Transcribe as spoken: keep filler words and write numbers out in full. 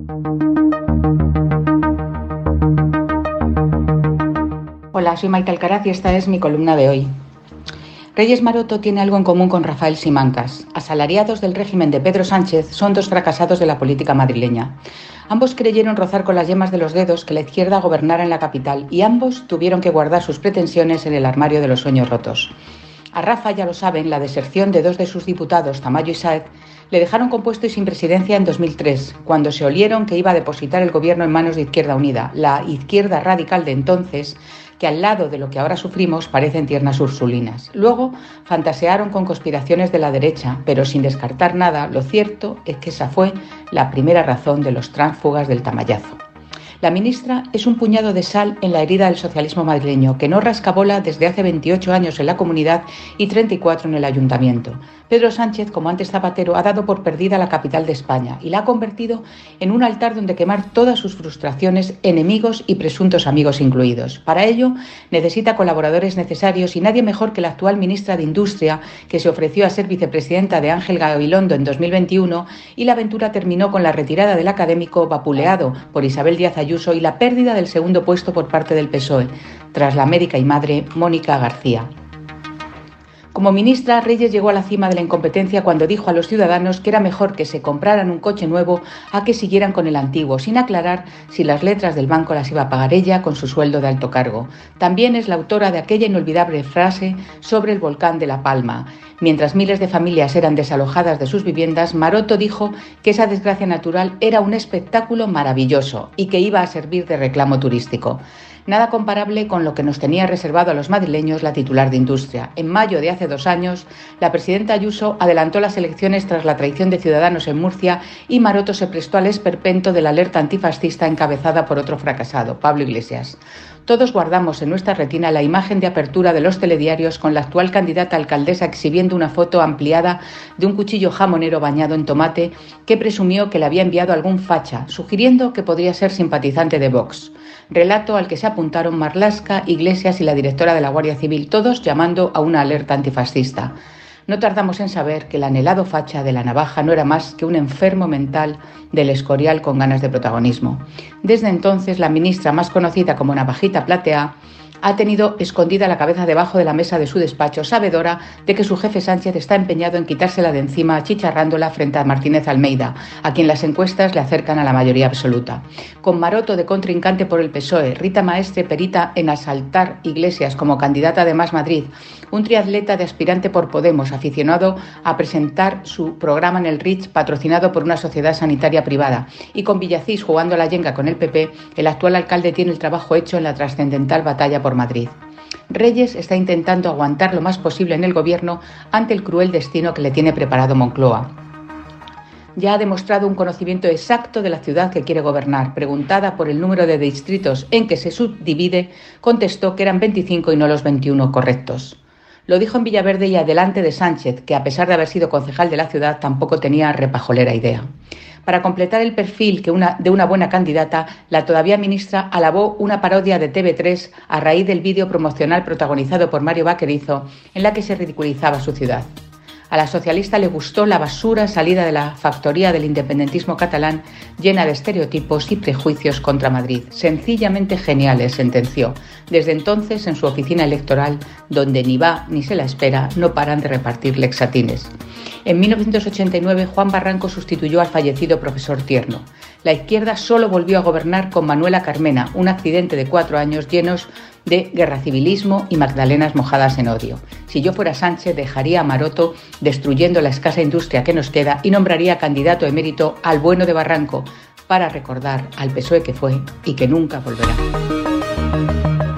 Hola, soy Maite Alcaraz y esta es mi columna de hoy. Reyes Maroto tiene algo en común con Rafael Simancas. Asalariados del régimen de Pedro Sánchez, son dos fracasados de la política madrileña. Ambos creyeron rozar con las yemas de los dedos que la izquierda gobernara en la capital y ambos tuvieron que guardar sus pretensiones en el armario de los sueños rotos. A Rafa, ya lo saben, la deserción de dos de sus diputados, Tamayo y Sáez, le dejaron compuesto y sin presidencia en dos mil tres, cuando se olieron que iba a depositar el gobierno en manos de Izquierda Unida, la izquierda radical de entonces, que al lado de lo que ahora sufrimos parecen tiernas ursulinas. Luego fantasearon con conspiraciones de la derecha, pero sin descartar nada, lo cierto es que esa fue la primera razón de los tránsfugas del Tamayazo. La ministra es un puñado de sal en la herida del socialismo madrileño, que no rasca bola desde hace veintiocho años en la comunidad y treinta y cuatro en el ayuntamiento. Pedro Sánchez, como antes Zapatero, ha dado por perdida la capital de España y la ha convertido en un altar donde quemar todas sus frustraciones, enemigos y presuntos amigos incluidos. Para ello, necesita colaboradores necesarios y nadie mejor que la actual ministra de Industria, que se ofreció a ser vicepresidenta de Ángel Gabilondo en dos mil veintiuno, y la aventura terminó con la retirada del académico vapuleado por Isabel Díaz Ayuso y la pérdida del segundo puesto por parte del P S O E, tras la médica y madre Mónica García. Como ministra, Reyes llegó a la cima de la incompetencia cuando dijo a los ciudadanos que era mejor que se compraran un coche nuevo a que siguieran con el antiguo, sin aclarar si las letras del banco las iba a pagar ella con su sueldo de alto cargo. También es la autora de aquella inolvidable frase sobre el volcán de La Palma. Mientras miles de familias eran desalojadas de sus viviendas, Maroto dijo que esa desgracia natural era un espectáculo maravilloso y que iba a servir de reclamo turístico. Nada comparable con lo que nos tenía reservado a los madrileños la titular de Industria. En mayo de hace dos años, la presidenta Ayuso adelantó las elecciones tras la traición de Ciudadanos en Murcia y Maroto se prestó al esperpento de la alerta antifascista encabezada por otro fracasado, Pablo Iglesias. Todos guardamos en nuestra retina la imagen de apertura de los telediarios con la actual candidata alcaldesa exhibiendo una foto ampliada de un cuchillo jamonero bañado en tomate que presumió que le había enviado algún facha, sugiriendo que podría ser simpatizante de Vox. Relato al que se apuntaron Marlaska, Iglesias y la directora de la Guardia Civil, todos llamando a una alerta antifascista. No tardamos en saber que el anhelado facha de la navaja no era más que un enfermo mental del Escorial con ganas de protagonismo. Desde entonces, la ministra, más conocida como Navajita Platea, ha tenido escondida la cabeza debajo de la mesa de su despacho, sabedora de que su jefe Sánchez está empeñado en quitársela de encima, achicharrándola frente a Martínez Almeida, a quien las encuestas le acercan a la mayoría absoluta. Con Maroto de contrincante por el P S O E, Rita Maestre perita en asaltar Iglesias como candidata de Más Madrid, un triatleta de aspirante por Podemos, aficionado a presentar su programa en el Ritz, patrocinado por una sociedad sanitaria privada, y con Villacís jugando a la yenga con el P P, el actual alcalde tiene el trabajo hecho en la trascendental batalla por Madrid. Reyes está intentando aguantar lo más posible en el gobierno ante el cruel destino que le tiene preparado Moncloa. Ya ha demostrado un conocimiento exacto de la ciudad que quiere gobernar. Preguntada por el número de distritos en que se subdivide, contestó que eran veinticinco y no los veintiuno correctos. Lo dijo en Villaverde y adelante de Sánchez, que a pesar de haber sido concejal de la ciudad, tampoco tenía repajolera idea. Para completar el perfil que una, de una buena candidata, la todavía ministra alabó una parodia de T V tres a raíz del vídeo promocional protagonizado por Mario Vaquerizo, en la que se ridiculizaba su ciudad. A la socialista le gustó la basura salida de la factoría del independentismo catalán, llena de estereotipos y prejuicios contra Madrid. Sencillamente geniales, sentenció. Desde entonces, en su oficina electoral, donde ni va ni se la espera, no paran de repartir lexatines. En mil novecientos ochenta y nueve, Juan Barranco sustituyó al fallecido profesor Tierno. La izquierda solo volvió a gobernar con Manuela Carmena, un accidente de cuatro años llenos de guerracivilismo y magdalenas mojadas en odio. Si yo fuera Sánchez, dejaría a Maroto destruyendo la escasa industria que nos queda y nombraría candidato emérito al bueno de Barranco para recordar al P S O E que fue y que nunca volverá.